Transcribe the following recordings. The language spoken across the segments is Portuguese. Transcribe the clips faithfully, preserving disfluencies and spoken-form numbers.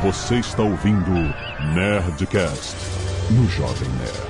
Você está ouvindo Nerdcast no Jovem Nerd.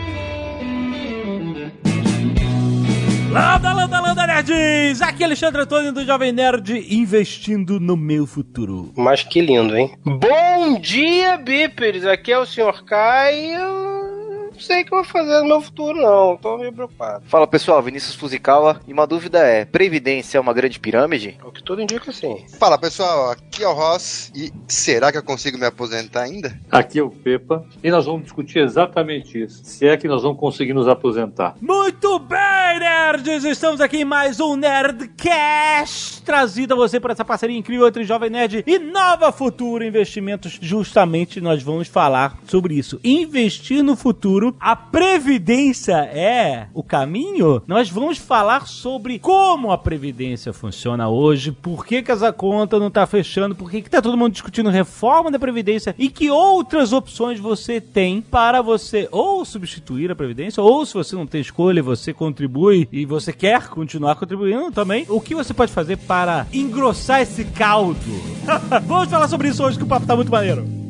Landa, landa, landa, nerds! Aqui é Alexandre Antônio do Jovem Nerd, investindo no meu futuro. Mas que lindo, hein? Bom dia, bípedes! Aqui é o senhor Kai e eu não sei o que eu vou fazer no meu futuro, não. Tô meio preocupado. Fala, pessoal. Vinícius Fuzikawa. E uma dúvida é, Previdência é uma grande pirâmide? O que tudo indica, sim. Fala, pessoal. Aqui é o Ross. E será que eu consigo me aposentar ainda? Aqui é o Pepa. E nós vamos discutir exatamente isso. Se é que nós vamos conseguir nos aposentar. Muito bem, nerds! Estamos aqui em mais um Nerdcast, trazido a você por essa parceria incrível entre Jovem Nerd e Nova Futuro Investimentos. Justamente nós vamos falar sobre isso. Investir no futuro. A previdência é o caminho? Nós vamos falar sobre como a previdência funciona hoje, por que que essa conta não está fechando, por que que tá todo mundo discutindo reforma da previdência e que outras opções você tem para você ou substituir a previdência, ou se você não tem escolha, você contribui e você quer continuar contribuindo também, o que você pode fazer para engrossar esse caldo? Vamos falar sobre isso hoje, que o papo tá muito maneiro.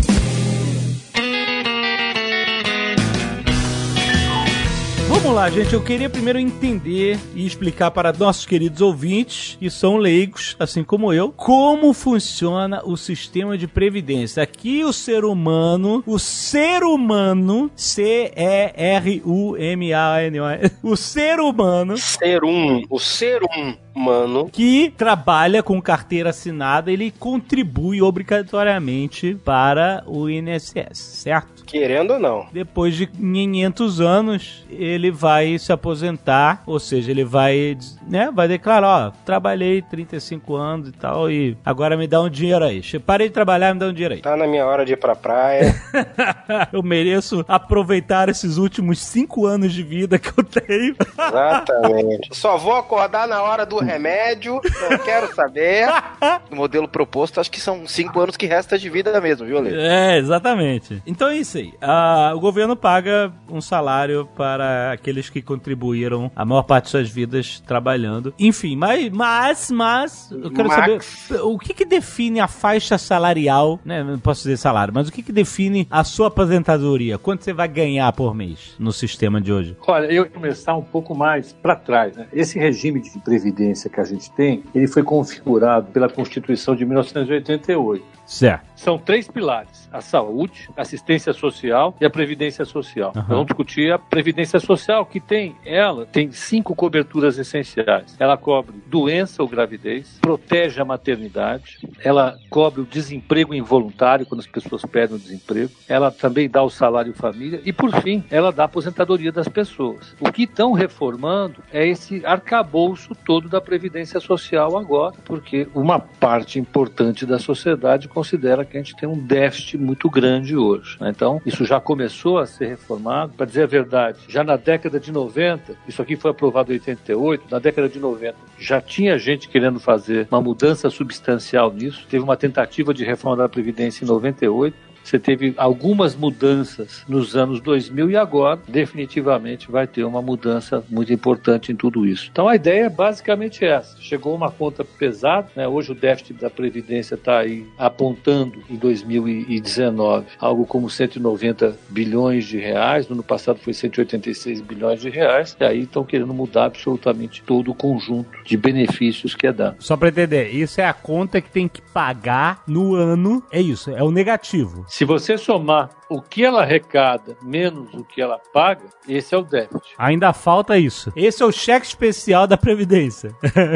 Vamos lá, gente. Eu queria primeiro entender e explicar para nossos queridos ouvintes, que são leigos, assim como eu, como funciona o sistema de previdência. Aqui o ser humano, o ser humano, C E R U M A N O, o ser humano... Ser um, o ser um. Mano. Que trabalha com carteira assinada, ele contribui obrigatoriamente para o I N S S, certo? Querendo ou não. Depois de quinhentos anos, ele vai se aposentar, ou seja, ele vai, né, vai declarar, ó, trabalhei trinta e cinco anos e tal, e agora me dá um dinheiro aí. Parei de trabalhar, me dá um dinheiro aí. Tá na minha hora de ir pra praia. Eu mereço aproveitar esses últimos cinco anos de vida que eu tenho. Exatamente. Só vou acordar na hora do remédio, não quero saber. No modelo proposto, acho que são cinco anos que resta de vida mesmo, viu, Lê? É, exatamente. Então é isso aí. Ah, o governo paga um salário para aqueles que contribuíram a maior parte de suas vidas trabalhando. Enfim, mas, mas, mas eu quero Max. saber o que que define a faixa salarial, né? Não posso dizer salário, mas o que que define a sua aposentadoria? Quanto você vai ganhar por mês no sistema de hoje? Olha, eu ia começar um pouco mais para trás, né? Esse regime de previdência que a gente tem, ele foi configurado pela Constituição de mil novecentos e oitenta e oito. Certo. São três pilares: a saúde, a assistência social e a previdência social. Uhum. Vamos discutir a previdência social, que tem, ela tem cinco coberturas essenciais. Ela cobre doença ou gravidez, protege a maternidade, ela cobre o desemprego involuntário, quando as pessoas perdem o desemprego, ela também dá o salário família e, por fim, ela dá a aposentadoria das pessoas. O que estão reformando é esse arcabouço todo da previdência social agora, porque uma parte importante da sociedade considera que a gente tem um déficit muito grande hoje, né? Então, isso já começou a ser reformado. Para dizer a verdade, já na década de noventa, isso aqui foi aprovado em oitenta e oito, na década de noventa já tinha gente querendo fazer uma mudança substancial nisso. Teve uma tentativa de reforma da Previdência em noventa e oito. Você teve algumas mudanças nos anos dois mil e agora, definitivamente, vai ter uma mudança muito importante em tudo isso. Então, a ideia é basicamente essa. Chegou uma conta pesada, né? Hoje o déficit da Previdência está aí apontando em dois mil e dezenove algo como cento e noventa bilhões de reais. No ano passado foi cento e oitenta e seis bilhões de reais. E aí estão querendo mudar absolutamente todo o conjunto de benefícios que é dado. Só para entender, isso é a conta que tem que pagar no ano, é isso, é o negativo. Se você somar o que ela arrecada menos o que ela paga, esse é o déficit. Ainda falta isso. Esse é o cheque especial da Previdência.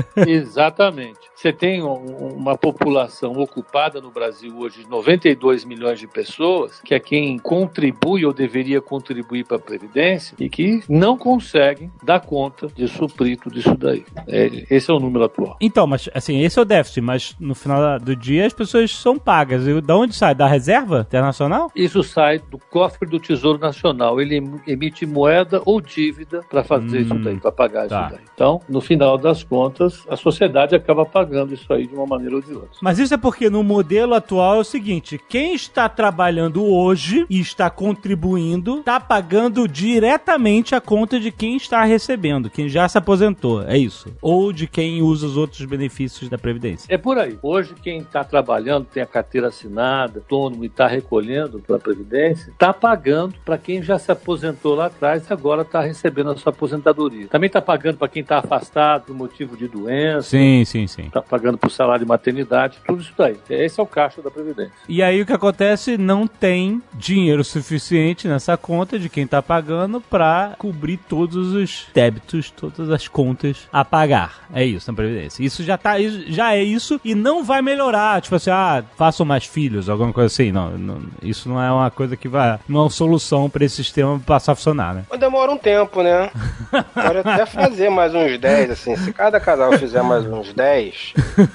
Exatamente. Você tem um, uma população ocupada no Brasil hoje de noventa e dois milhões de pessoas, que é quem contribui ou deveria contribuir para a Previdência e que não conseguem dar conta de suprir tudo isso daí. É, esse é o número atual. Então, mas assim, esse é o déficit, mas no final do dia as pessoas são pagas. E da onde sai? Da reserva internacional? Isso sai sai do cofre do Tesouro Nacional. Ele emite moeda ou dívida para fazer hum, isso daí, para pagar tá. isso daí. Então, no final das contas, a sociedade acaba pagando isso aí de uma maneira ou de outra. Mas isso é porque no modelo atual é o seguinte, quem está trabalhando hoje e está contribuindo, está pagando diretamente a conta de quem está recebendo, quem já se aposentou, é isso? Ou de quem usa os outros benefícios da Previdência. É por aí. Hoje, quem está trabalhando, tem a carteira assinada, autônomo e está recolhendo para a Previdência, está pagando para quem já se aposentou lá atrás e agora está recebendo a sua aposentadoria. Também está pagando para quem está afastado por motivo de doença. Sim, sim, sim. Está pagando por salário de maternidade, tudo isso daí. Esse é o caixa da Previdência. E aí o que acontece? Não tem dinheiro suficiente nessa conta de quem está pagando para cobrir todos os débitos, todas as contas a pagar. É isso na Previdência. Isso já, tá, já é isso e não vai melhorar. Tipo assim, ah, façam mais filhos, alguma coisa assim. Não, não, isso não é uma coisa que vai... Não é uma solução para esse sistema passar a funcionar, né? Mas demora um tempo, né? Pode até fazer mais uns dez, assim. Se cada casal fizer mais uns dez,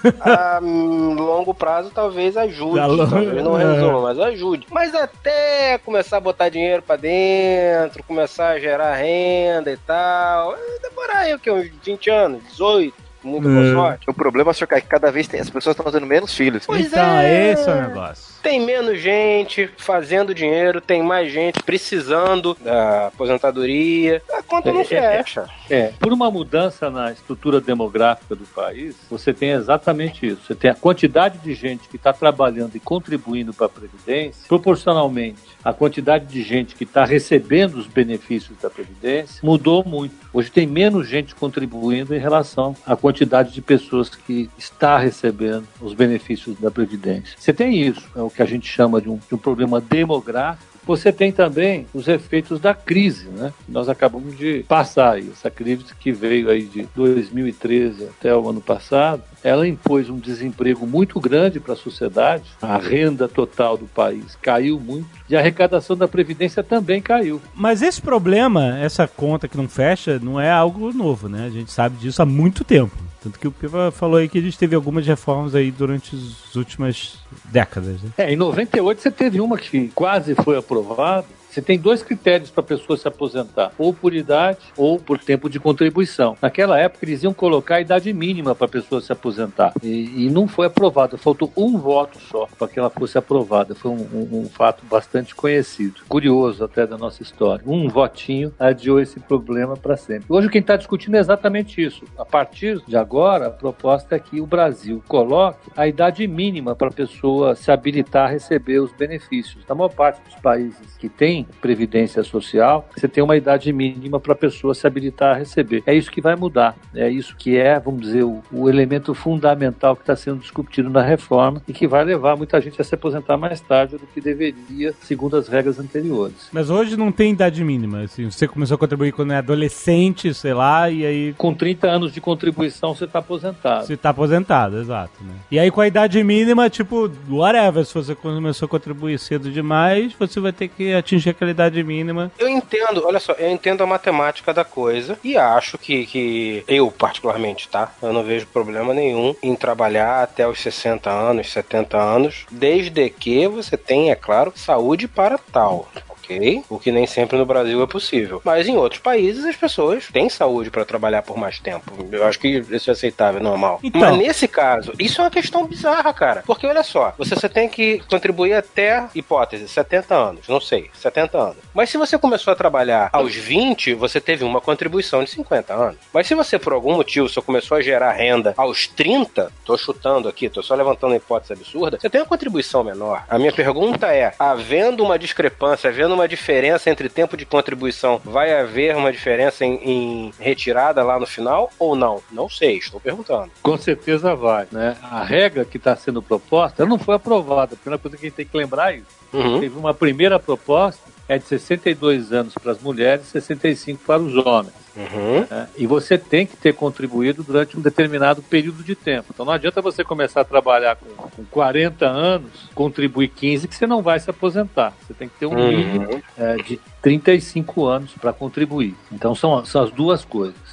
a longo prazo talvez ajude. Longo... Talvez não resolva, mas ajude. Mas até começar a botar dinheiro pra dentro, começar a gerar renda e tal, vai demorar aí o quê? Uns vinte anos, dezoito. Muito boa sorte. O problema, senhor Caio, é que cada vez tem, as pessoas estão fazendo menos filhos. Pois então, é. esse é o negócio. Tem menos gente fazendo dinheiro, tem mais gente precisando da aposentadoria. A conta não é, fecha. É, é. Por uma mudança na estrutura demográfica do país, você tem exatamente isso. Você tem a quantidade de gente que está trabalhando e contribuindo para a Previdência, proporcionalmente a quantidade de gente que está recebendo os benefícios da Previdência mudou muito. Hoje tem menos gente contribuindo em relação à quantidade de pessoas que está recebendo os benefícios da Previdência. Você tem isso, é o que a gente chama de um, de um problema demográfico. Você tem também os efeitos da crise, né? Nós acabamos de passar aí, essa crise que veio aí de dois mil e treze até o ano passado, ela impôs um desemprego muito grande para a sociedade, a renda total do país caiu muito e a arrecadação da Previdência também caiu. Mas esse problema, essa conta que não fecha, não é algo novo, né? A gente sabe disso há muito tempo. Tanto que o Piva falou aí que a gente teve algumas reformas aí durante as últimas décadas, né? É, em noventa e oito você teve uma que quase foi aprovada. Você tem dois critérios para a pessoa se aposentar, ou por idade ou por tempo de contribuição. Naquela época eles iam colocar a idade mínima para a pessoa se aposentar e, e não foi aprovada, faltou um voto só para que ela fosse aprovada. Foi um, um, um fato bastante conhecido, curioso até da nossa história. Um votinho adiou esse problema para sempre. Hoje quem está discutindo é exatamente isso. A partir de agora, a proposta é que o Brasil coloque a idade mínima para a pessoa se habilitar a receber os benefícios. Na maior parte dos países que tem previdência social, você tem uma idade mínima para a pessoa se habilitar a receber. É isso que vai mudar. É isso que é, vamos dizer, o, o elemento fundamental que está sendo discutido na reforma e que vai levar muita gente a se aposentar mais tarde do que deveria, segundo as regras anteriores. Mas hoje não tem idade mínima. Assim, você começou a contribuir quando é adolescente, sei lá, e aí... Com trinta anos de contribuição, você está aposentado. Você está aposentado, exato. Né? E aí com a idade mínima, tipo, whatever, se você começou a contribuir cedo demais, você vai ter que atingir aquela idade mínima. Eu entendo, olha só, eu entendo a matemática da coisa e acho que, que eu, particularmente, tá? Eu não vejo problema nenhum em trabalhar até os sessenta anos, setenta anos, desde que você tenha, é claro, saúde para tal. Ok? O que nem sempre no Brasil é possível. Mas em outros países as pessoas têm saúde para trabalhar por mais tempo. Eu acho que isso é aceitável, é normal. Então, mas nesse caso, isso é uma questão bizarra, cara. Porque olha só, você só tem que contribuir até, hipótese, setenta anos. Não sei, setenta anos. Mas se você começou a trabalhar aos vinte, você teve uma contribuição de cinquenta anos. Mas se você, por algum motivo, só começou a gerar renda aos trinta, tô chutando aqui, tô só levantando uma hipótese absurda, você tem uma contribuição menor. A minha pergunta é, havendo uma discrepância, havendo uma diferença entre tempo de contribuição, vai haver uma diferença em, em retirada lá no final ou não? Não sei, estou perguntando. Com certeza vai, né? A regra que está sendo proposta, ela não foi aprovada. A primeira coisa que a gente tem que lembrar é isso. Uhum. Teve uma primeira proposta, é de sessenta e dois anos para as mulheres e sessenta e cinco para os homens. Uhum. É, e você tem que ter contribuído durante um determinado período de tempo. Então não adianta você começar a trabalhar com, com quarenta anos, contribuir quinze, que você não vai se aposentar. Você tem que ter um mínimo uhum. é, de trinta e cinco anos para contribuir. Então são, são as duas coisas.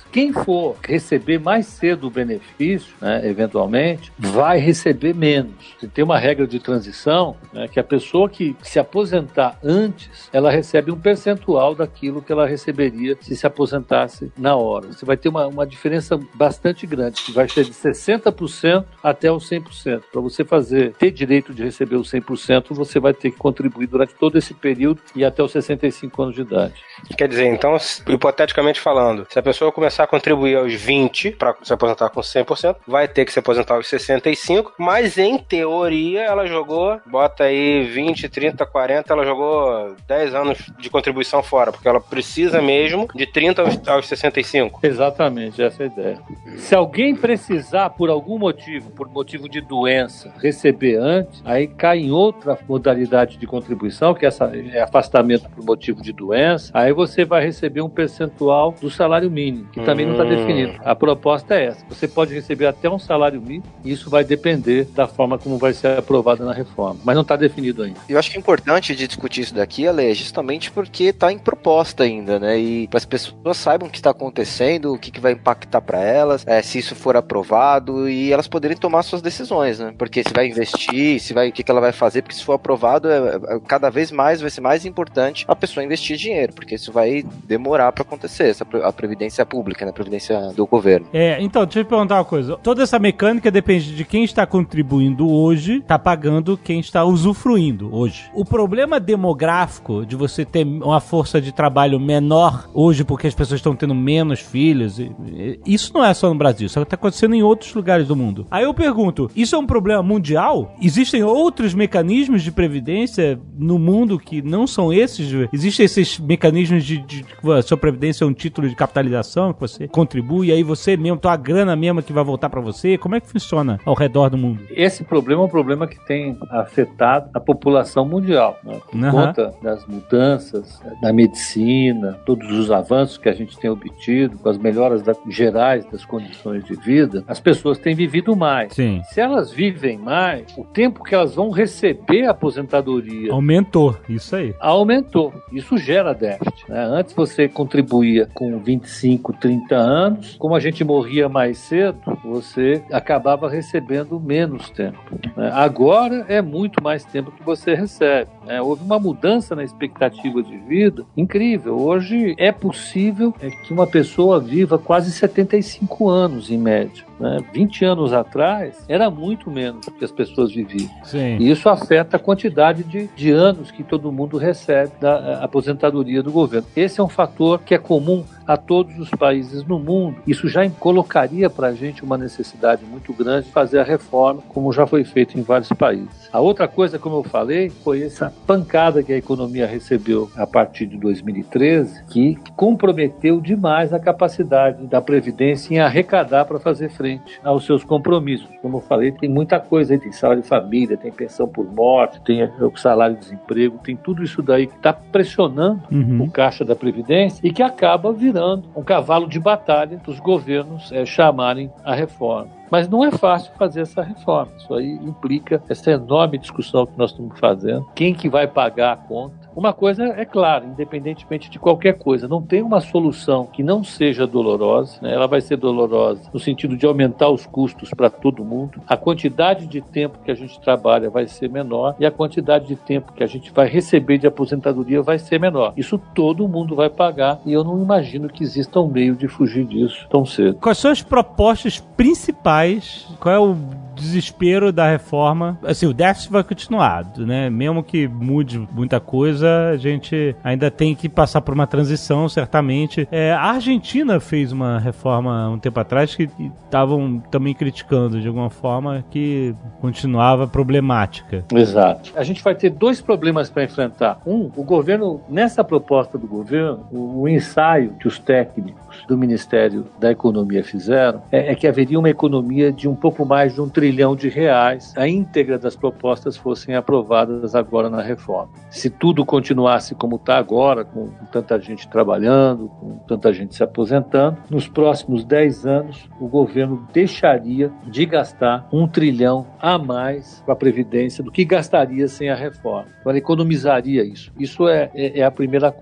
Quem for receber mais cedo o benefício, né, eventualmente, vai receber menos. Se tem uma regra de transição, né, que a pessoa que se aposentar antes, ela recebe um percentual daquilo que ela receberia se se aposentasse na hora. Você vai ter uma, uma diferença bastante grande, que vai ser de sessenta por cento até os cem por cento. Para você fazer, ter direito de receber os cem por cento, você vai ter que contribuir durante todo esse período e até os sessenta e cinco anos de idade. Quer dizer, então, hipoteticamente falando, se a pessoa começar a contribuir aos vinte para se aposentar com cem por cento, vai ter que se aposentar aos sessenta e cinco, mas em teoria ela jogou, bota aí vinte, trinta, quarenta, ela jogou dez anos de contribuição fora, porque ela precisa mesmo de trinta aos, aos sessenta e cinco. Exatamente, essa é a ideia. Se alguém precisar, por algum motivo, por motivo de doença, receber antes, aí cai em outra modalidade de contribuição, que essa é afastamento por motivo de doença, aí você vai receber um percentual do salário mínimo, que também hum. não está definido. A proposta é essa. Você pode receber até um salário mínimo, e isso vai depender da forma como vai ser aprovada na reforma. Mas não está definido ainda. Eu acho que é importante de discutir isso daqui, Ale, justamente porque está em proposta ainda, né? E para as pessoas saibam o que está acontecendo, o que, que vai impactar para elas, é, se isso for aprovado, e elas poderem tomar suas decisões, né? Porque se vai investir, se vai, o que, que ela vai fazer, porque se for aprovado, é, é, cada vez mais vai ser mais importante a pessoa investir dinheiro, porque isso vai demorar para acontecer, essa, a previdência pública, né? A previdência do governo. É, então, deixa eu te perguntar uma coisa. Toda essa mecânica depende de quem está contribuindo hoje, tá pagando quem está usufruindo hoje. O problema demográfico de você ter uma força de trabalho menor hoje porque as pessoas estão tendo menos filhos, isso não é só no Brasil, isso está acontecendo em outros lugares do mundo. Aí eu pergunto, isso é um problema mundial? Existem outros mecanismos de previdência no mundo que não são esses? Existem esses mecanismos de, de, de a sua previdência é um título de capitalização que você contribui e aí você mesmo, tua grana mesmo que vai voltar para você? Como é que funciona ao redor do mundo? Esse problema é um problema que tem afetado a população mundial, né? Por uhum. conta das mudanças da medicina, todos os avanços que a gente tem obtido, com as melhoras da, gerais das condições de vida, as pessoas têm vivido mais. Sim. Se elas vivem mais, o tempo que elas vão receber a aposentadoria aumentou, isso aí. Aumentou. Isso gera déficit, né? Antes você contribuía com vinte e cinco, trinta anos, como a gente morria mais cedo, você acabava recebendo menos tempo, né? Agora é muito mais tempo que você recebe, né? Houve uma mudança na expectativa de vida incrível. Hoje é possível que uma pessoa viva quase setenta e cinco anos em média, né? vinte anos atrás era muito menos que as pessoas viviam. Sim. E isso afeta a quantidade de, de anos que todo mundo recebe da aposentadoria do governo. Esse é um fator que é comum a todos os países no mundo. Isso já colocaria para a gente uma necessidade muito grande de fazer a reforma, como já foi feito em vários países. A outra coisa, como eu falei, foi essa pancada que a economia recebeu a partir de dois mil e treze, que comprometeu demais a capacidade da Previdência em arrecadar para fazer frente aos seus compromissos. Como eu falei, tem muita coisa aí, tem salário de família, tem pensão por morte, tem o salário de desemprego, tem tudo isso daí que está pressionando uhum. o caixa da Previdência e que acaba virando um cavalo de batalha para os governos é, chamarem a reforma. Mas não é fácil fazer essa reforma. Isso aí implica essa enorme discussão que nós estamos fazendo. Quem que vai pagar a conta? Uma coisa é clara, independentemente de qualquer coisa, não tem uma solução que não seja dolorosa, né? Ela vai ser dolorosa no sentido de aumentar os custos para todo mundo, a quantidade de tempo que a gente trabalha vai ser menor e a quantidade de tempo que a gente vai receber de aposentadoria vai ser menor. Isso todo mundo vai pagar e eu não imagino que exista um meio de fugir disso tão cedo. Quais são as propostas principais? Qual é o desespero da reforma? Assim, o déficit vai continuar, né? Mesmo que mude muita coisa, a gente ainda tem que passar por uma transição, certamente. É, a Argentina fez uma reforma um tempo atrás que estavam também criticando de alguma forma que continuava problemática. Exato. A gente vai ter dois problemas para enfrentar. Um, o governo, nessa proposta do governo, o, o ensaio que os técnicos do Ministério da Economia fizeram é, é que haveria uma economia de um pouco mais de um trilhão de reais, a íntegra das propostas fossem aprovadas agora na reforma. Se tudo continuasse como está agora, com tanta gente trabalhando, com tanta gente se aposentando, nos próximos dez anos o governo deixaria de gastar um trilhão a mais com a Previdência do que gastaria sem a reforma. Então, ele economizaria isso. Isso é, é, é a primeira conta.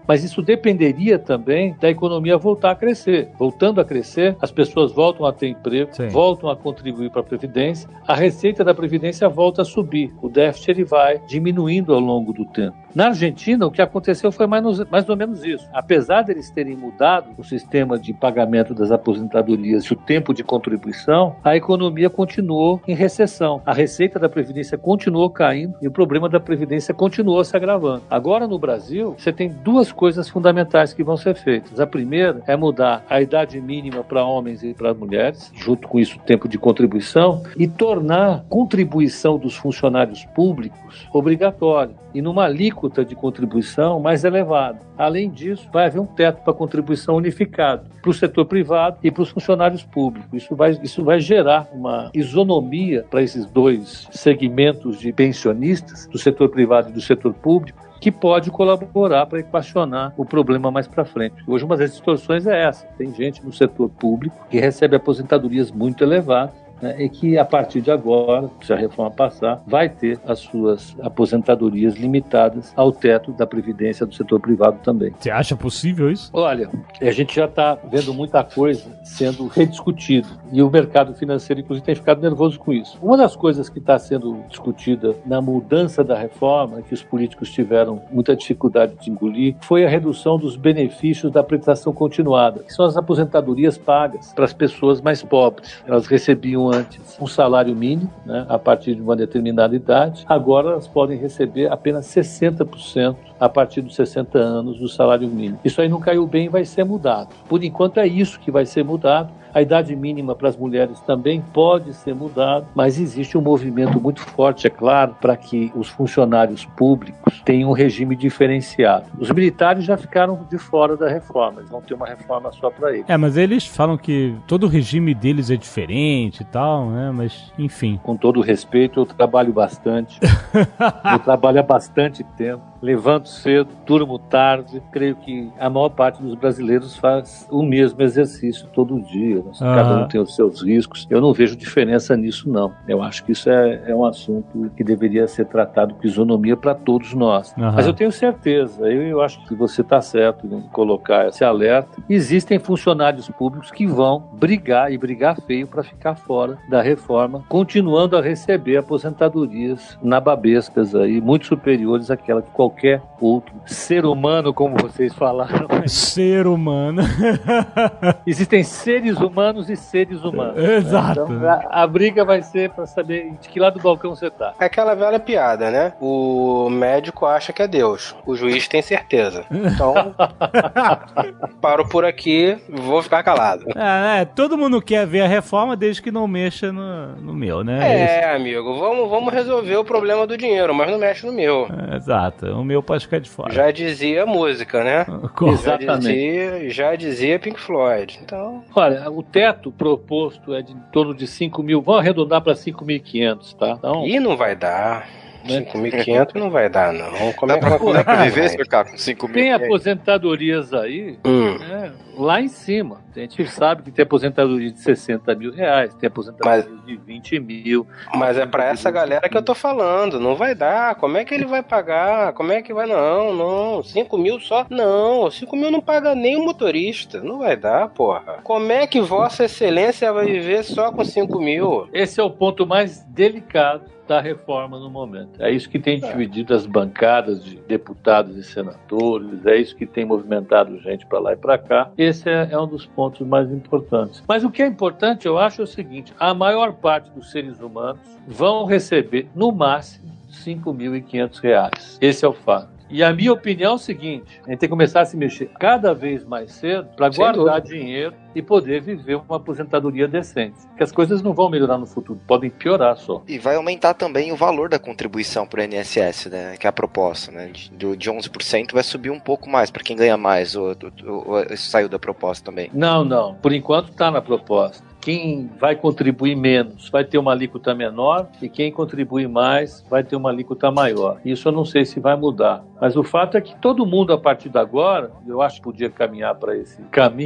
Mas isso dependeria também da economia voltar a crescer. Voltando a crescer, as pessoas voltam a ter emprego, Sim. voltam a contribuir para a Previdência, a receita da Previdência volta a subir. O déficit ele vai diminuindo ao longo do tempo. Na Argentina, o que aconteceu foi mais, no, mais ou menos isso. Apesar deles terem mudado o sistema de pagamento das aposentadorias e o tempo de contribuição, a economia continuou em recessão. A receita da Previdência continuou caindo e o problema da Previdência continuou se agravando. Agora, no Brasil, você tem duas coisas fundamentais que vão ser feitas. A primeira é mudar a idade mínima para homens e para mulheres, junto com isso o tempo de contribuição, e tornar a contribuição dos funcionários públicos obrigatória e numa alíquota de contribuição mais elevada. Além disso, vai haver um teto para contribuição unificado para o setor privado e para os funcionários públicos. Isso vai, isso vai gerar uma isonomia para esses dois segmentos de pensionistas, do setor privado e do setor público, que pode colaborar para equacionar o problema mais para frente. Hoje uma das distorções é essa. Tem gente no setor público que recebe aposentadorias muito elevadas, né, e que a partir de agora, se a reforma passar, vai ter as suas aposentadorias limitadas ao teto da Previdência do setor privado também. Você acha possível isso? Olha, a gente já está vendo muita coisa sendo rediscutida e o mercado financeiro, inclusive, tem ficado nervoso com isso. Uma das coisas que está sendo discutida na mudança da reforma, que os políticos tiveram muita dificuldade de engolir, foi a redução dos benefícios da prestação continuada, que são as aposentadorias pagas para as pessoas mais pobres. Elas recebiam antes um salário mínimo, né, a partir de uma determinada idade. Agora elas podem receber apenas sessenta por cento a partir dos sessenta anos do salário mínimo. Isso aí não caiu bem e vai ser mudado. Por enquanto é isso que vai ser mudado. A idade mínima para as mulheres também pode ser mudada, mas existe um movimento muito forte, é claro, para que os funcionários públicos tenham um regime diferenciado. Os militares já ficaram de fora da reforma, eles vão ter uma reforma só para eles. É, mas eles falam que todo o regime deles é diferente e tal, né? Mas, enfim. Com todo o respeito, eu trabalho bastante. Eu trabalho há bastante tempo. Levanto cedo, durmo tarde. Creio que a maior parte dos brasileiros faz o mesmo exercício todo dia. Uhum. Cada um tem os seus riscos. Eu não vejo diferença nisso, não. Eu acho que isso é, é um assunto que deveria ser tratado com isonomia para todos nós. Uhum. Mas eu tenho certeza, eu, eu acho que você está certo em colocar esse alerta. Existem funcionários públicos que vão brigar, e brigar feio, para ficar fora da reforma, continuando a receber aposentadorias nababescas aí, muito superiores àquela que qualquer qualquer outro ser humano, como vocês falaram. Ser humano. Existem seres humanos e seres humanos. Exato. Né? Então, a, a briga vai ser para saber de que lado do balcão você tá. É aquela velha piada, né? O médico acha que é Deus. O juiz tem certeza. Então, paro por aqui, vou ficar calado. É, é, todo mundo quer ver a reforma desde que não mexa no, no meu, né? É, é amigo, vamos, vamos resolver o problema do dinheiro, mas não mexe no meu. É, exato. O meu pode ficar de fora. Já dizia a música, né? Exatamente. Já dizia, já dizia Pink Floyd. Então... Olha, o teto proposto é de em torno de cinco mil. Vamos arredondar para cinco mil e quinhentos, tá? Então... Ih, não vai dar. cinco mil e quinhentos não vai dar, não. Como é que vai poder viver, senhor Caco, com cinco mil? Tem aposentadorias aí, hum. né, lá em cima. A gente sabe que tem aposentadoria de sessenta mil reais, tem aposentadoria mas, de vinte mil. Mas é pra essa galera que eu tô falando. Não vai dar. Como é que ele vai pagar? Como é que vai? Não, não. cinco mil só? Não. cinco mil não paga nem o motorista. Não vai dar, porra. Como é que Vossa Excelência vai viver só com cinco mil? Esse é o ponto mais delicado da reforma no momento. É isso que tem dividido as bancadas de deputados e senadores, é isso que tem movimentado gente para lá e para cá. Esse é, é um dos pontos mais importantes. Mas o que é importante, eu acho, é o seguinte: a maior parte dos seres humanos vão receber, no máximo, cinco mil e quinhentos reais. Esse é o fato. E a minha opinião é o seguinte: a gente tem que começar a se mexer cada vez mais cedo para guardar dinheiro e poder viver uma aposentadoria decente. Porque as coisas não vão melhorar no futuro, podem piorar só. E vai aumentar também o valor da contribuição para o I N S S, né? Que é a proposta, né? De, de onze por cento vai subir um pouco mais para quem ganha mais. Ou, ou, ou, isso saiu da proposta também? Não, não. Por enquanto está na proposta. Quem vai contribuir menos vai ter uma alíquota menor e quem contribui mais vai ter uma alíquota maior. Isso eu não sei se vai mudar. Mas o fato é que todo mundo, a partir de agora, eu acho que podia caminhar para esse caminho,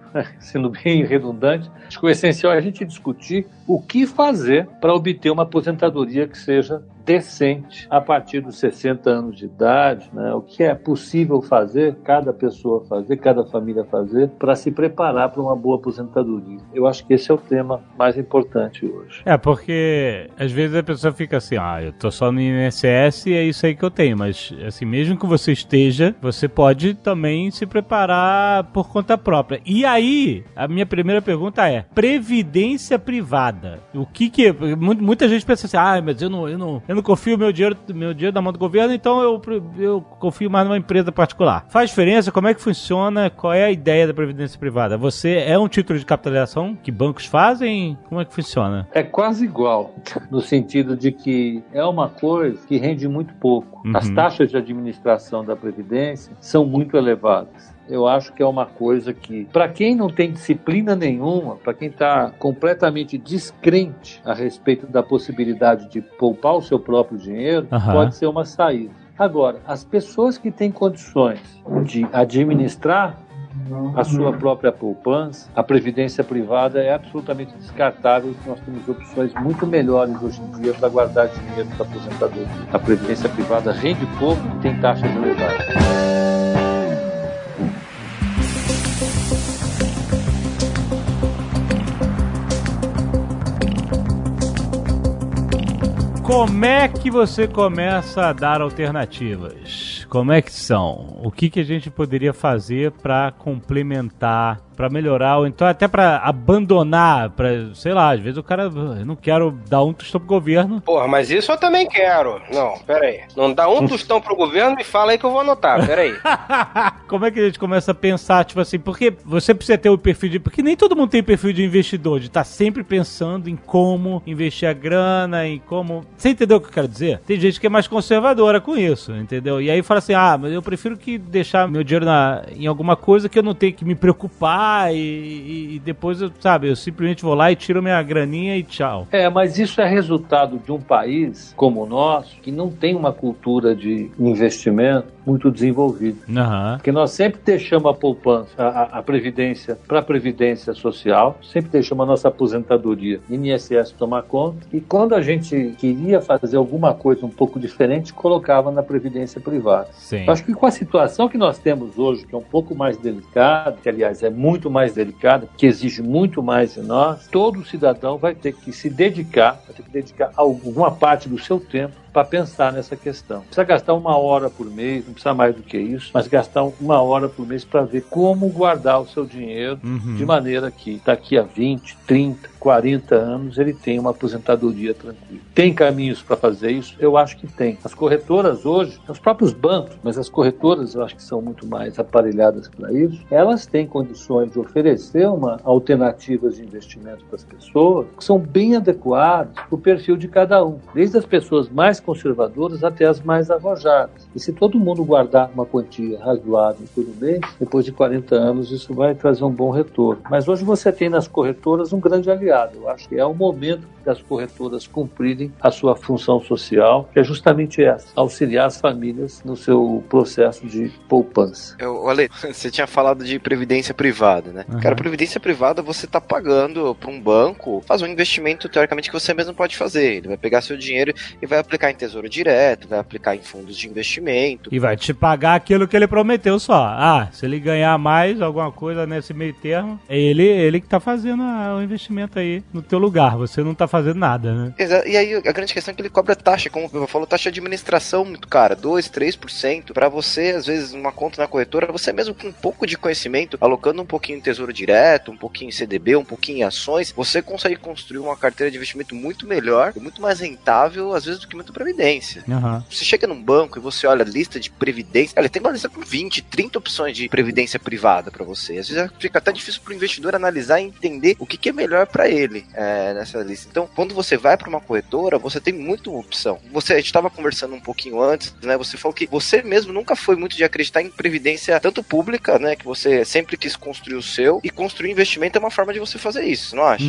sendo bem redundante, acho que o essencial é a gente discutir o que fazer para obter uma aposentadoria que seja decente a partir dos sessenta anos de idade, né? O que é possível fazer, cada pessoa fazer, cada família fazer, para se preparar para uma boa aposentadoria. Eu acho que esse é o tema mais importante hoje. É, porque às vezes a pessoa fica assim, ah, eu tô só no I N S S e é isso aí que eu tenho, mas assim, mesmo que você esteja, você pode também se preparar por conta própria. E aí, a minha primeira pergunta é, previdência privada, o que que... Muita gente pensa assim, ah, mas eu não, eu não, eu não confio meu dinheiro, meu dinheiro na mão do governo, então eu, eu confio mais numa empresa particular. Faz diferença? Como é que funciona? Qual é a ideia da previdência privada? Você é um título de capitalização que bancos fazem? Como é que funciona? É quase igual, no sentido de que é uma coisa que rende muito pouco. Uhum. As taxas de administração da Previdência são muito elevadas. Eu acho que é uma coisa que, para quem não tem disciplina nenhuma, para quem está completamente descrente a respeito da possibilidade de poupar o seu próprio dinheiro, uhum. pode ser uma saída. Agora, as pessoas que têm condições de administrar a sua própria poupança, a previdência privada é absolutamente descartável. Nós temos opções muito melhores hoje em dia para guardar dinheiro para aposentadoria. A previdência privada rende pouco e tem taxas elevadas. Como é que você começa a dar alternativas? Como é que são? O que, que a gente poderia fazer para complementar, para melhorar, ou então até para abandonar, para, sei lá, às vezes o cara, eu não quero dar um tostão pro governo. Porra, mas isso eu também quero. Não, pera aí. Não dá um tostão pro governo e fala aí que eu vou anotar, pera aí. Como é que a gente começa a pensar, tipo assim, porque você precisa ter o perfil de... Porque nem todo mundo tem perfil de investidor, de estar sempre pensando em como investir a grana, em como... Você entendeu o que eu quero dizer? Tem gente que é mais conservadora com isso, entendeu? E aí fala assim, ah, mas eu prefiro que deixar meu dinheiro na, em alguma coisa que eu não tenho que me preocupar e, e, e depois, eu, sabe, eu simplesmente vou lá e tiro minha graninha e tchau. É, mas isso é resultado de um país como o nosso, que não tem uma cultura de investimento muito desenvolvida. Uhum. Porque nós sempre deixamos a poupança, a, a previdência, para a previdência social, sempre deixamos a nossa aposentadoria, I N S S tomar conta, e quando a gente queria fazer alguma coisa um pouco diferente, colocava na previdência privada. Sim. Eu acho que com a situação que nós temos hoje, que é um pouco mais delicada, que aliás é muito mais delicada, que exige muito mais de nós, todo cidadão vai ter que se dedicar, vai ter que dedicar alguma parte do seu tempo para pensar nessa questão. Precisa gastar uma hora por mês, não precisa mais do que isso, mas gastar uma hora por mês para ver como guardar o seu dinheiro uhum. de maneira que daqui a vinte, trinta, quarenta anos ele tenha uma aposentadoria tranquila. Tem caminhos para fazer isso? Eu acho que tem. As corretoras hoje, os próprios bancos, mas as corretoras eu acho que são muito mais aparelhadas para isso, elas têm condições de oferecer uma alternativas de investimento para as pessoas que são bem adequadas para o perfil de cada um, desde as pessoas mais conservadoras até as mais arrojadas. E se todo mundo guardar uma quantia razoável todo mês, depois de quarenta anos isso vai trazer um bom retorno. Mas hoje você tem nas corretoras um grande aliado. Eu acho que é o momento das corretoras cumprirem a sua função social, que é justamente essa, auxiliar as famílias no seu processo de poupança. Eu, Ale, você tinha falado de previdência privada, né? Uhum. Cara, previdência privada você está pagando para um banco fazer um investimento, teoricamente, que você mesmo pode fazer. Ele vai pegar seu dinheiro e vai aplicar em tesouro direto, vai aplicar em fundos de investimento. E vai te pagar aquilo que ele prometeu só. Ah, se ele ganhar mais alguma coisa nesse meio termo, é ele, ele que tá fazendo a, o investimento aí no teu lugar. Você não tá fazendo nada, né? Exato. E aí a grande questão é que ele cobra taxa, como eu falo, taxa de administração muito cara, dois, três por cento. Pra você, às vezes, uma conta na corretora, você mesmo com um pouco de conhecimento, alocando um pouquinho em tesouro direto, um pouquinho em C D B, um pouquinho em ações, você consegue construir uma carteira de investimento muito melhor, muito mais rentável, às vezes, do que muita previdência. Uhum. Você chega num banco e você olha a lista de previdência, ele tem uma lista com vinte, trinta opções de previdência privada pra você. Às vezes fica até difícil pro investidor analisar e entender o que, que é melhor pra ele é, nessa lista. Então, quando você vai pra uma corretora, você tem muita opção. Você, a gente tava conversando um pouquinho antes, né? Você falou que você mesmo nunca foi muito de acreditar em previdência tanto pública, né? Que você sempre quis construir o seu, e construir investimento é uma forma de você fazer isso, não acha? Uhum.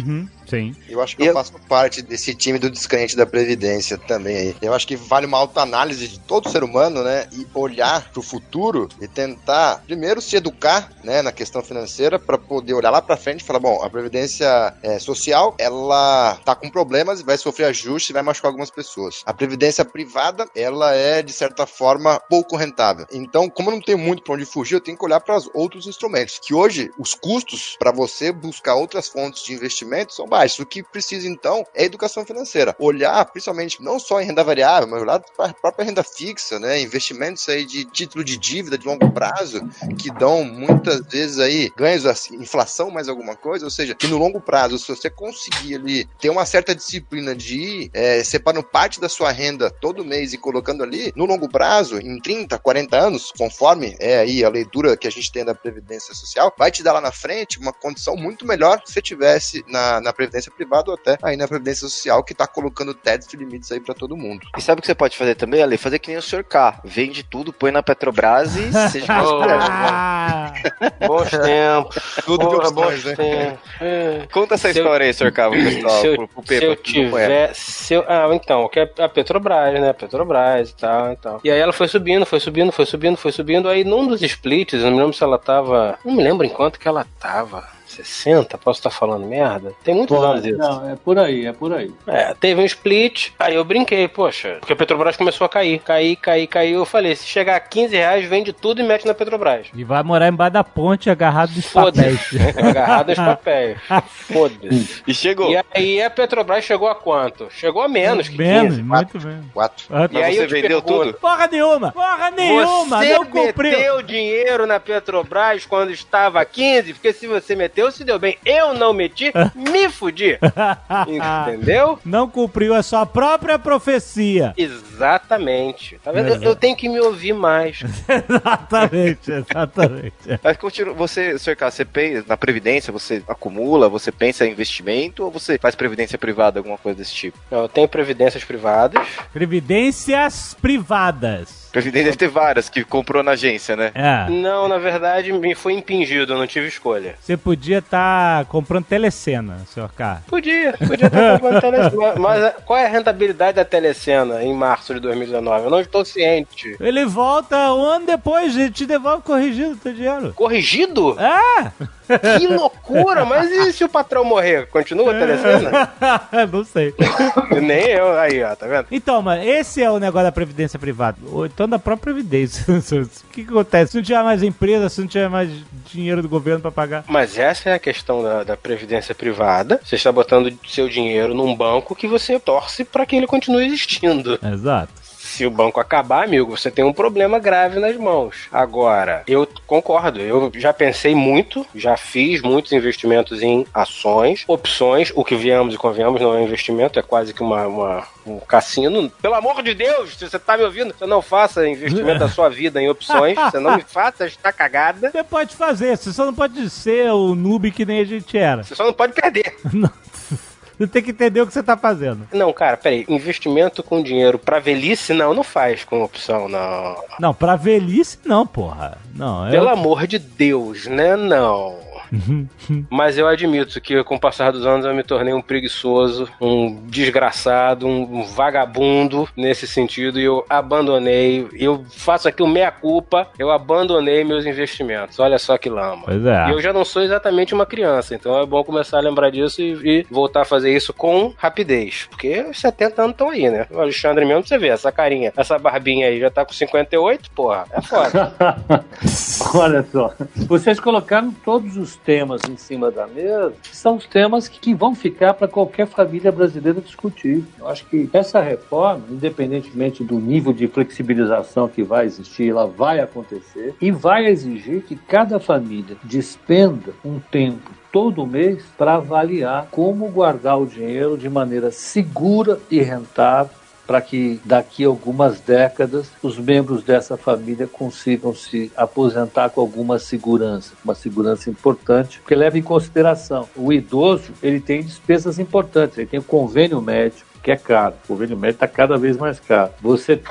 Sim. Eu acho que E eu, eu- faço parte desse time do descrente da Previdência também aí. Eu acho que vale uma autoanálise de todo ser humano, né? E olhar pro futuro e tentar, primeiro, se educar, né, na questão financeira, para poder olhar lá pra frente e falar, bom, a Previdência é, Social, ela tá com problemas e vai sofrer ajuste e vai machucar algumas pessoas. A Previdência Privada, ela é, de certa forma, pouco rentável. Então, como eu não tenho muito pra onde fugir, eu tenho que olhar para os outros instrumentos, que hoje os custos para você buscar outras fontes de investimento são baixos. O que precisa, então, é educação financeira. Olhar, principalmente, não só em renda variável, mas olhar para a própria renda fixa, né? Investimentos aí de título de dívida de longo prazo, que dão muitas vezes aí ganhos, assim, inflação mais alguma coisa, ou seja, que no longo prazo, se você conseguir ali ter uma certa disciplina de ir é, separando parte da sua renda todo mês e colocando ali, no longo prazo, em trinta, quarenta anos, conforme é aí a leitura que a gente tem da Previdência Social, vai te dar lá na frente uma condição muito melhor se você tivesse na, na Previdência Privada ou até aí na Previdência Social, que tá colocando tetos e limites aí pra todo mundo. E sabe o que você pode fazer também, Ale? Fazer que nem o senhor K. Vende tudo, põe na Petrobras e seja prosperado. Ah, Bons tempos. Tudo de Porra, opções, bons né? tempos. É. Conta essa Se eu- história aí, senhor K, pro pessoal, Se eu, pro, pro se Pepa, eu que não conhece. tiver. Se eu, ah, então, que é a Petrobras, né? Petrobras e tal, e tal. E aí ela foi subindo, foi subindo, foi subindo, foi subindo. Aí num dos splits, eu não me lembro se ela tava. Não me lembro em quanto que ela tava. sessenta? Posso estar falando merda? Tem muitos anos isso. Não, é por aí, é por aí. É, teve um split, aí eu brinquei, poxa, porque a Petrobras começou a cair, cair, cair, cair. Eu falei, se chegar a quinze reais, vende tudo e mete na Petrobras. e vai morar embaixo da ponte agarrado nos papéis. Foda-se. Agarrado aos papéis. Foda-se. E chegou. E aí a Petrobras chegou a quanto? Chegou a menos que Menos, quinze. muito menos. Quatro. Ah, E aí Mas eu você te vendeu pergunto, tudo? Porra nenhuma! Porra nenhuma! Você Não cumpriu! meteu dinheiro na Petrobras quando estava a quinze? Porque se você meteu, se deu bem. Eu não meti, me fudi. Entendeu? Não cumpriu a sua própria profecia. Exatamente. Tá vendo? Eu, Exato. eu tenho que me ouvir mais. Exatamente, exatamente. Mas continua, você, senhor K, você pensa na Previdência, você acumula, você pensa em investimento ou você faz Previdência Privada, alguma coisa desse tipo? Eu tenho previdências privadas. Previdências privadas. Previdência deve ter várias que comprou na agência, né? É. Não, na verdade, me foi impingido, eu não tive escolha. Você podia estar comprando telecena, senhor K. Podia, podia estar comprando telecena. Mas a- qual é a rentabilidade da telecena em março de dois mil e dezenove? Eu não estou ciente. Ele volta um ano depois e te devolve corrigido o teu dinheiro. Corrigido? Ah! Que loucura! Mas e se o patrão morrer? Continua a telecena? Não sei. Nem eu. Aí, ó, tá vendo? Então, mas esse é o negócio da previdência privada. Ou então da própria previdência. O que, que acontece? Se não tiver mais empresa, se não tiver mais dinheiro do governo pra pagar. Mas essa é a questão da, da previdência privada. Você está botando seu dinheiro num banco que você torce para que ele continue existindo. Exato. Se o banco acabar, amigo, você tem um problema grave nas mãos. Agora, eu concordo, eu já pensei muito, já fiz muitos investimentos em ações, opções, o que viemos e convenhamos não é investimento, é quase que uma, uma, um cassino. Pelo amor de Deus, se você tá me ouvindo, você não faça investimento da sua vida em opções, você não me faça, está cagada. Você pode fazer, você só não pode ser o noob que nem a gente era. Você só não pode perder. Você tem que entender o que você tá fazendo. Não, cara, peraí, investimento com dinheiro pra velhice, não, não faz com opção, não. Não, pra velhice não, porra. Não, é... Pelo amor de Deus, né, não. Mas eu admito que com o passar dos anos eu me tornei um preguiçoso, um desgraçado, um vagabundo nesse sentido e eu abandonei, eu faço aqui o meia-culpa, eu abandonei meus investimentos. Olha só que lama. Pois é. E eu já não sou exatamente uma criança, então é bom começar a lembrar disso e, e voltar a fazer isso com rapidez, porque os setenta anos estão aí, né? O Alexandre mesmo, você vê, essa carinha, essa barbinha aí já tá com cinquenta e oito, porra, é foda. Olha só, vocês colocaram todos os temas em cima da mesa, que são os temas que, que vão ficar para qualquer família brasileira discutir. Eu acho que essa reforma, independentemente do nível de flexibilização que vai existir, ela vai acontecer e vai exigir que cada família despenda um tempo todo mês para avaliar como guardar o dinheiro de maneira segura e rentável, para que daqui a algumas décadas os membros dessa família consigam se aposentar com alguma segurança, uma segurança importante, porque leva em consideração o idoso, ele tem despesas importantes, ele tem o convênio médico, que é caro, o convênio médico está cada vez mais caro. Você tem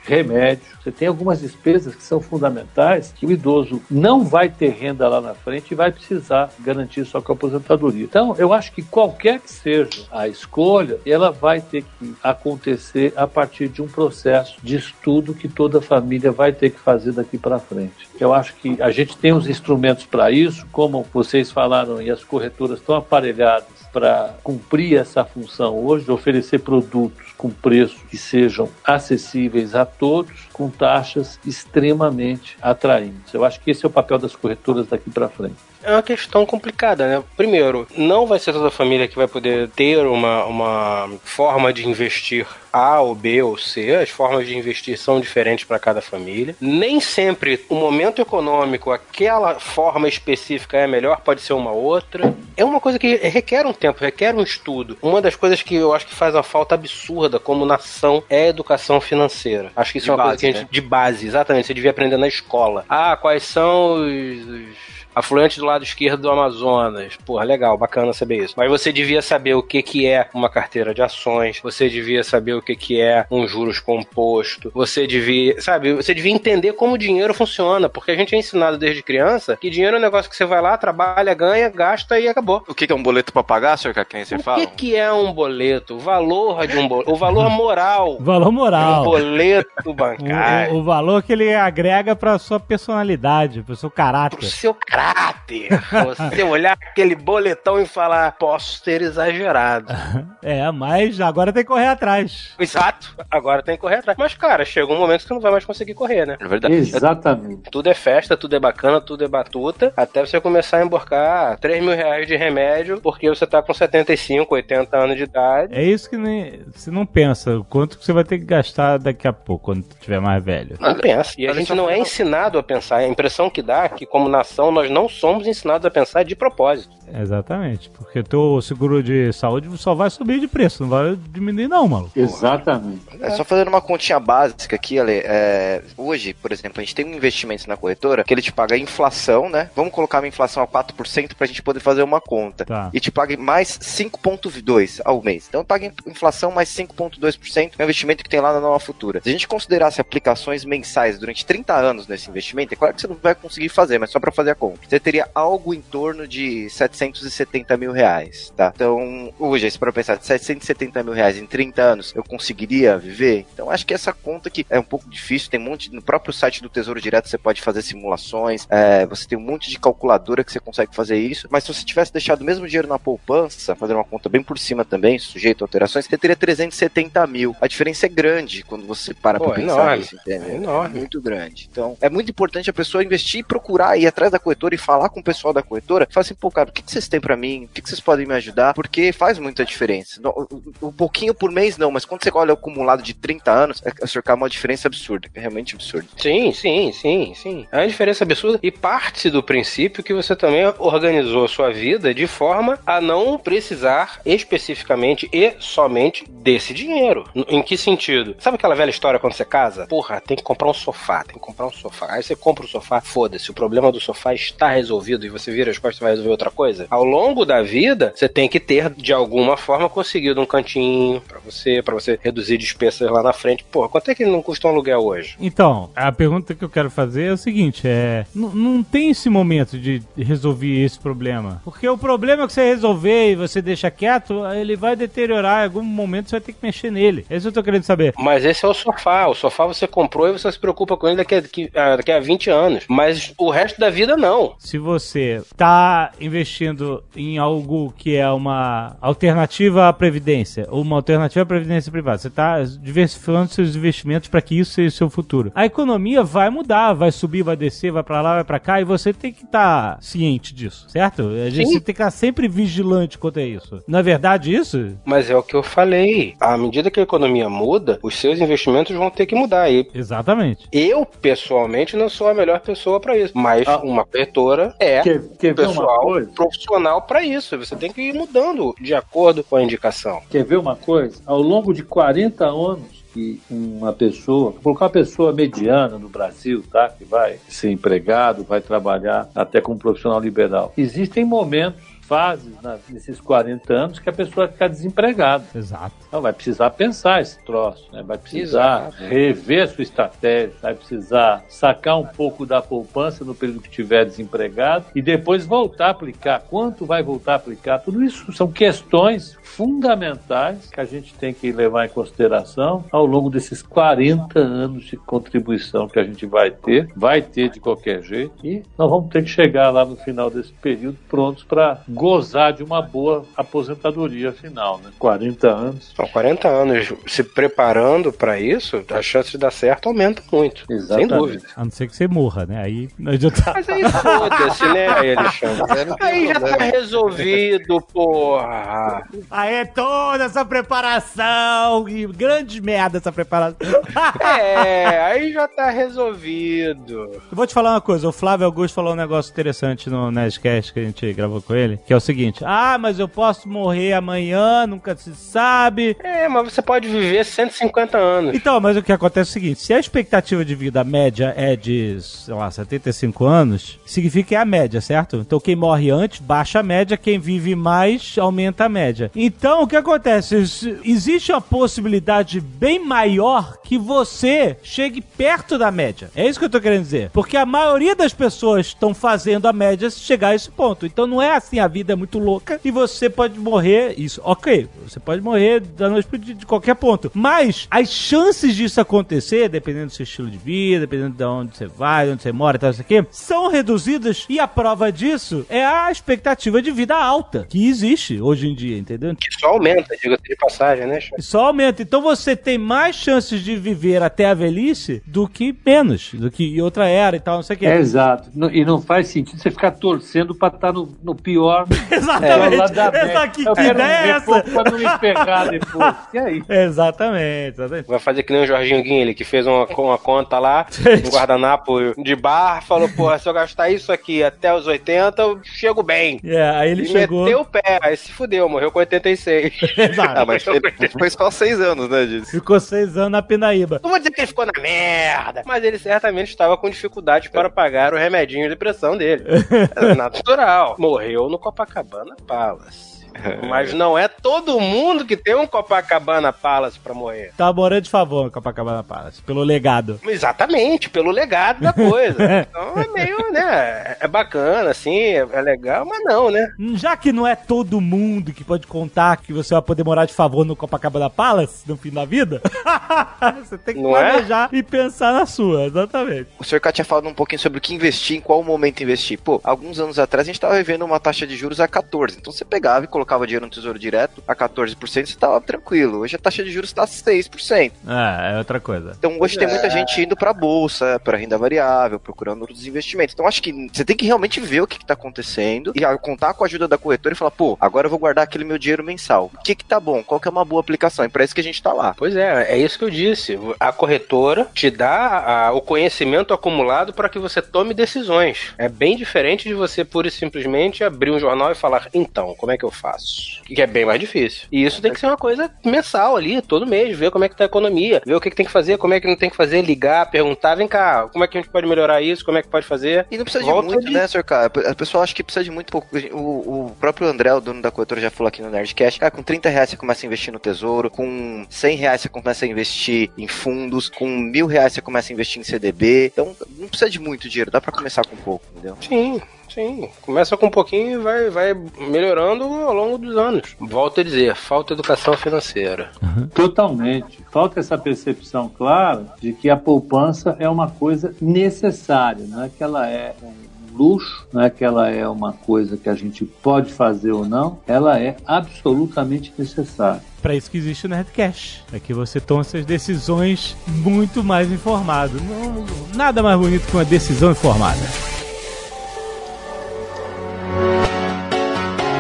remédio, você tem algumas despesas que são fundamentais, que o idoso não vai ter renda lá na frente e vai precisar garantir sua aposentadoria. Então, eu acho que qualquer que seja a escolha, ela vai ter que acontecer a partir de um processo de estudo que toda família vai ter que fazer daqui para frente. Eu acho que a gente tem os instrumentos para isso, como vocês falaram, e as corretoras estão aparelhadas para cumprir essa função hoje, de oferecer produtos com preços que sejam acessíveis a todos, com taxas extremamente atraentes. Eu acho que esse é o papel das corretoras daqui para frente. É uma questão complicada, né? Primeiro, não vai ser toda família que vai poder ter uma, uma forma de investir A ou B ou C. As formas de investir são diferentes para cada família. Nem sempre o momento econômico, aquela forma específica é melhor, pode ser uma outra. É uma coisa que requer um tempo, requer um estudo. Uma das coisas que eu acho que faz uma falta absurda como nação é a educação financeira. Acho que isso de é uma base, coisa que a gente... né? De base, exatamente. Você devia aprender na escola. Ah, quais são os... os... afluente do lado esquerdo do Amazonas. Porra, legal, bacana saber isso. Mas você devia saber o que, que é uma carteira de ações, você devia saber o que, que é um juros composto, você devia, sabe, você devia entender como o dinheiro funciona, porque a gente é ensinado desde criança que dinheiro é um negócio que você vai lá, trabalha, ganha, gasta e acabou. O que é um boleto pra pagar, senhor Caquen, você o fala? O que, que é um boleto? O valor de um boleto, o valor moral. Valor moral. Um boleto bancário. O, o, o valor que ele agrega pra sua personalidade, pro seu caráter. Pro seu caráter. Você olhar aquele boletão e falar, posso ter exagerado. É, mas agora tem que correr atrás. Exato, agora tem que correr atrás. Mas, cara, chega um momento que você não vai mais conseguir correr, né? É verdade. Exatamente. Tudo é festa, tudo é bacana, tudo é batuta, até você começar a emborcar três mil reais de remédio porque você tá com setenta e cinco, oitenta anos de idade. É isso que nem, você não pensa, o quanto que você vai ter que gastar daqui a pouco, quando tiver mais velho. Não pensa. E a gente não é ensinado a pensar. A impressão que dá é que, como nação, nós não somos ensinados a pensar de propósito. Exatamente, porque o teu seguro de saúde só vai subir de preço, não vai diminuir não, maluco. Exatamente. É, só fazendo uma continha básica aqui, Ale, é, hoje, por exemplo, a gente tem um investimento na corretora que ele te paga a inflação, né? Vamos colocar uma inflação a quatro por cento pra gente poder fazer uma conta. Tá. E te paga mais cinco vírgula dois por cento ao mês. Então paga inflação mais cinco vírgula dois por cento, é um investimento que tem lá na Nova Futura. Se a gente considerasse aplicações mensais durante trinta anos nesse investimento, é claro que você não vai conseguir fazer, mas só pra fazer a conta. Você teria algo em torno de setecentos e setenta mil reais, tá? Então, hoje, se para pensar de setecentos e setenta mil reais em trinta anos, eu conseguiria viver? Então, acho que essa conta aqui é um pouco difícil, tem um monte, no próprio site do Tesouro Direto você pode fazer simulações, é, você tem um monte de calculadora que você consegue fazer isso, mas se você tivesse deixado o mesmo dinheiro na poupança, fazer uma conta bem por cima também, sujeito a alterações, você teria trezentos e setenta mil. A diferença é grande quando você para Pô, pra pensar enorme. nisso, entende? É enorme. É muito grande. Então, é muito importante a pessoa investir e procurar ir atrás da corretora e falar com o pessoal da corretora, falar assim, pô, cara, o que, que vocês têm pra mim? O que, que vocês podem me ajudar? Porque faz muita diferença. Um pouquinho por mês não, mas quando você olha o acumulado de trinta anos, é cercar uma diferença absurda, é realmente absurda. Sim, sim, sim, sim. É uma diferença absurda e parte do princípio que você também organizou a sua vida de forma a não precisar especificamente e somente desse dinheiro. Em que sentido? Sabe aquela velha história quando você casa? Porra, tem que comprar um sofá, tem que comprar um sofá. Aí você compra o sofá, foda-se, o problema do sofá está resolvido e você vira as costas e vai resolver outra coisa. Ao longo da vida, você tem que ter, de alguma forma, conseguido um cantinho pra você, pra você reduzir despesas lá na frente. Porra, quanto é que não custa um aluguel hoje? Então, a pergunta que eu quero fazer é o seguinte, é... N- não tem esse momento de resolver esse problema. Porque o problema que você resolver e você deixa quieto, ele vai deteriorar. Em algum momento você vai ter que mexer nele. É isso que eu tô querendo saber. Mas esse é o sofá. O sofá você comprou e você se preocupa com ele daqui a, daqui, a, daqui a vinte anos. Mas o resto da vida, não. Se você tá investindo em algo que é uma alternativa à previdência, ou uma alternativa à previdência privada, você tá diversificando seus investimentos para que isso seja o seu futuro. A economia vai mudar, vai subir, vai descer, vai para lá, vai para cá, e você tem que estar tá ciente disso, certo? A gente Sim. tem que estar sempre vigilante quanto a isso. Não é verdade isso? Mas é o que eu falei. À medida que a economia muda, os seus investimentos vão ter que mudar. E Exatamente. eu, pessoalmente, não sou a melhor pessoa para isso. Mas Ah. uma corretora é Quer, quer ver uma pessoal coisa? profissional para isso. Você tem que ir mudando de acordo com a indicação. Quer ver uma coisa? Ao longo de quarenta anos que uma pessoa, vou colocar uma pessoa mediana no Brasil, tá? Que vai ser empregado, vai trabalhar até como profissional liberal. Existem momentos fases na, nesses quarenta anos que a pessoa vai ficar desempregada. Exato. Então vai precisar pensar esse troço, né? Vai precisar Exato. rever a sua estratégia, vai precisar sacar um pouco da poupança no período que estiver desempregado e depois voltar a aplicar. Quanto vai voltar a aplicar? Tudo isso são questões fundamentais que a gente tem que levar em consideração ao longo desses quarenta anos de contribuição que a gente vai ter, vai ter de qualquer jeito, e nós vamos ter que chegar lá no final desse período prontos para gozar de uma boa aposentadoria final, né? quarenta anos. Então, quarenta anos se preparando para isso, a chance de dar certo aumenta muito. Exatamente. Sem dúvida. A não ser que você morra, né? Aí não adianta. Mas aí foda-se, né, Alexandre? Aí já tá resolvido, porra. Aí é toda essa preparação, e grande merda essa preparação. É, aí já tá resolvido. Eu vou te falar uma coisa, o Flávio Augusto falou um negócio interessante no Nerdcast que a gente gravou com ele, que é o seguinte: ah, mas eu posso morrer amanhã, nunca se sabe. É, mas você pode viver cento e cinquenta anos. Então, mas o que acontece é o seguinte: se a expectativa de vida média é de, sei lá, setenta e cinco anos, significa que é a média, certo? Então quem morre antes, baixa a média, quem vive mais, aumenta a média. Então, o que acontece? Existe uma possibilidade bem maior que você chegue perto da média. É isso que eu tô querendo dizer. Porque a maioria das pessoas estão fazendo a média chegar a esse ponto. Então não é assim, a vida é muito louca e você pode morrer, isso, ok, você pode morrer da noite pro dia de qualquer ponto. Mas as chances disso acontecer, dependendo do seu estilo de vida, dependendo de onde você vai, de onde você mora e tal, isso aqui, são reduzidas, e a prova disso é a expectativa de vida alta que existe hoje em dia, entendeu? Que só aumenta, diga de passagem, né, Chico? Só aumenta. Então você tem mais chances de viver até a velhice do que menos, do que em outra era e tal, não sei o que. É, exato. E não faz sentido você ficar torcendo pra estar no, no pior. Exatamente. É, essa, que, eu que ideia é essa? Pra não me pegar depois. E aí? Exatamente, exatamente. Vai fazer que nem o Jorginho Guinle, que fez uma, uma conta lá, um guardanapo de bar, falou, porra, se eu gastar isso aqui até os oitenta, eu chego bem. Yeah, aí ele e chegou... meteu o pé, aí se fudeu, morreu com oitenta e seis. Exato. Ah, mas ele foi só seis anos, né, disso? Ficou seis anos na Pinaíba. Não vou dizer que ele ficou na merda, mas ele certamente estava com dificuldade para pagar o remedinho de pressão dele. É natural. Morreu no Copacabana Palace. Mas não é todo mundo que tem um Copacabana Palace pra morrer. Tá morando de favor no Copacabana Palace, pelo legado. Exatamente, pelo legado da coisa. Então é meio, né, é bacana, assim, é legal, mas não, né? Já que não é todo mundo que pode contar que você vai poder morar de favor no Copacabana Palace no fim da vida, você tem que não planejar é? e pensar na sua, exatamente. O senhor K tinha falado um pouquinho sobre o que investir, em qual momento investir. Pô, alguns anos atrás a gente tava vivendo uma taxa de juros a quatorze, então você pegava e colocava colocava dinheiro no Tesouro Direto a quatorze por cento, você estava tranquilo. Hoje a taxa de juros está seis por cento. É, é outra coisa. Então hoje é. tem muita gente indo para a bolsa, para renda variável, procurando outros investimentos. Então acho que você tem que realmente ver o que está acontecendo e contar com a ajuda da corretora e falar, pô, agora eu vou guardar aquele meu dinheiro mensal. O que que tá bom? Qual que é uma boa aplicação? E para isso que a gente tá lá. Pois é, é isso que eu disse. A corretora te dá a, o conhecimento acumulado para que você tome decisões. É bem diferente de você pura e simplesmente abrir um jornal e falar, então, como é que eu faço? Que é bem mais difícil. E isso tem que ser uma coisa mensal ali, todo mês, ver como é que tá a economia, ver o que, que tem que fazer, como é que não tem que fazer, ligar, perguntar, vem cá, como é que a gente pode melhorar isso, como é que pode fazer. E não precisa Volta de muito, ali. né, senhor K? A pessoa acha que precisa de muito pouco. O, o próprio André, o dono da corretora, já falou aqui no Nerdcast, cara, com trinta reais você começa a investir no tesouro, com cem reais você começa a investir em fundos, com mil reais você começa a investir em C D B. Então, não precisa de muito dinheiro, dá pra começar com pouco, entendeu? Sim. Sim, começa com um pouquinho e vai, vai melhorando ao longo dos anos. Volto a dizer, falta educação financeira. Uhum. Totalmente. Falta essa percepção clara de que a poupança é uma coisa necessária, não é que ela é um luxo, não é que ela é uma coisa que a gente pode fazer ou não, ela é absolutamente necessária. Para isso que existe o Nerdcast. É que você toma suas decisões muito mais informado. Não, nada mais bonito que uma decisão informada.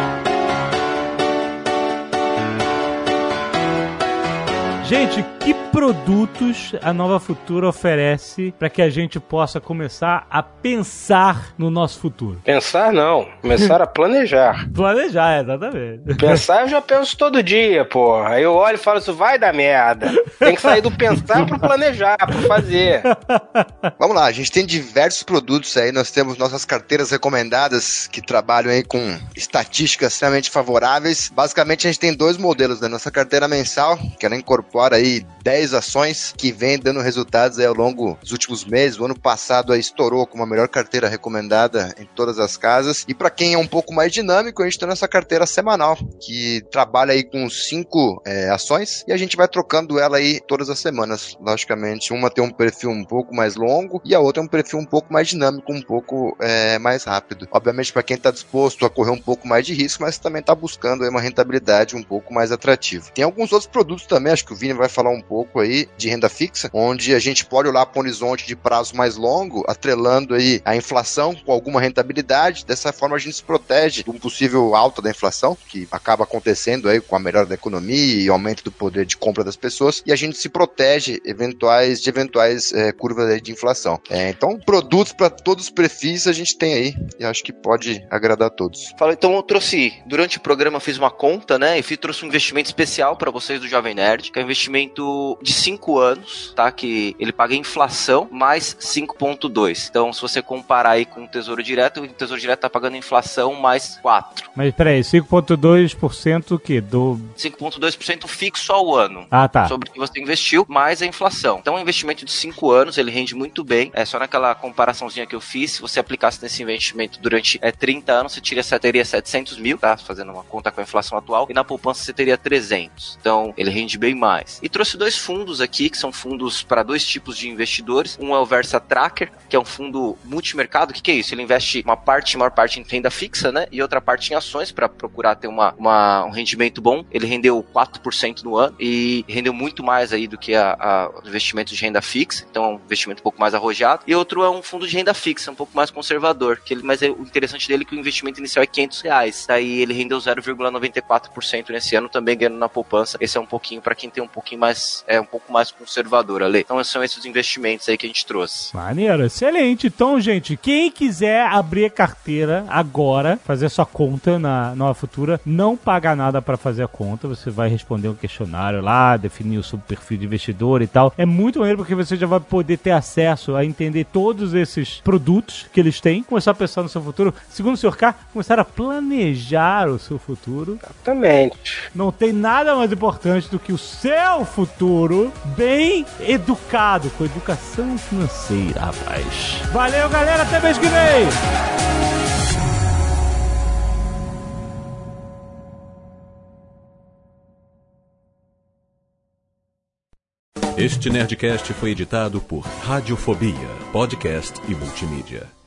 Gente, que produtos a Nova Futura oferece para que a gente possa começar a pensar no nosso futuro? Pensar não, começar a planejar. Planejar, exatamente. Pensar eu já penso todo dia, porra. Aí eu olho e falo, isso vai dar merda. Tem que sair do pensar pro planejar, pro fazer. Vamos lá, a gente tem diversos produtos aí, nós temos nossas carteiras recomendadas que trabalham aí com estatísticas extremamente favoráveis. Basicamente a gente tem dois modelos, né? Nossa carteira mensal, que ela incorpora aí dez ações que vem dando resultados aí ao longo dos últimos meses. O ano passado aí estourou como a melhor carteira recomendada em todas as casas. E para quem é um pouco mais dinâmico, a gente tem nossa carteira semanal, que trabalha aí com cinco é, ações e a gente vai trocando ela aí todas as semanas. Logicamente, uma tem um perfil um pouco mais longo e a outra é um perfil um pouco mais dinâmico, um pouco é, mais rápido. Obviamente, para quem está disposto a correr um pouco mais de risco, mas também está buscando aí uma rentabilidade um pouco mais atrativa. Tem alguns outros produtos também, acho que o Vini vai falar um pouco aí de renda fixa, onde a gente pode olhar para um horizonte de prazo mais longo, atrelando aí a inflação com alguma rentabilidade. Dessa forma a gente se protege de um possível alta da inflação, que acaba acontecendo aí com a melhora da economia e aumento do poder de compra das pessoas, e a gente se protege eventuais, de eventuais é, curvas aí de inflação. É, então, produtos para todos os perfis a gente tem aí, e acho que pode agradar a todos. Fala, então eu trouxe, durante o programa eu fiz uma conta, né, e fiz, trouxe um investimento especial para vocês do Jovem Nerd, que é um investimento de cinco anos, tá, que ele paga inflação mais cinco vírgula dois. Então, se você comparar aí com o Tesouro Direto, o Tesouro Direto tá pagando inflação mais quatro. Mas peraí, cinco vírgula dois por cento o quê? Do... cinco vírgula dois por cento fixo ao ano. Ah, tá. Sobre o que você investiu, mais a inflação. Então, é um investimento de cinco anos, ele rende muito bem. É só naquela comparaçãozinha que eu fiz, se você aplicasse nesse investimento durante é, trinta anos, você teria, você teria setecentos mil, tá? Fazendo uma conta com a inflação atual. E na poupança você teria trezentos. Então, ele rende bem mais. E trouxe dois fundos aqui, que são fundos para dois tipos de investidores. Um é o Versa Tracker, que é um fundo multimercado. O que, que é isso? Ele investe uma parte, maior parte em renda fixa, né? E outra parte em ações para procurar ter uma, uma, um rendimento bom. Ele rendeu quatro por cento no ano e rendeu muito mais aí do que a, a, o investimento de renda fixa. Então, é um investimento um pouco mais arrojado. E outro é um fundo de renda fixa, um pouco mais conservador. Que ele, mas é, o interessante dele é que o investimento inicial é quinhentos reais. Daí ele rendeu zero vírgula noventa e quatro por cento nesse ano, também ganhando na poupança. Esse é um pouquinho para quem tem um pouquinho mais, é um pouco mais conservador, Ale. Então, são esses investimentos aí que a gente trouxe. Maneiro, excelente. Então, gente, quem quiser abrir a carteira agora, fazer sua conta na Nova Futura, não paga nada para fazer a conta. Você vai responder um questionário lá, definir o seu perfil de investidor e tal. É muito maneiro porque você já vai poder ter acesso a entender todos esses produtos que eles têm, começar a pensar no seu futuro. Segundo o senhor K, começar a planejar o seu futuro. Exatamente. Não tem nada mais importante do que o seu futuro bem educado, com educação financeira, rapaz. Valeu, galera, até mês que vem! Este Nerdcast foi editado por Radiofobia, podcast e multimídia.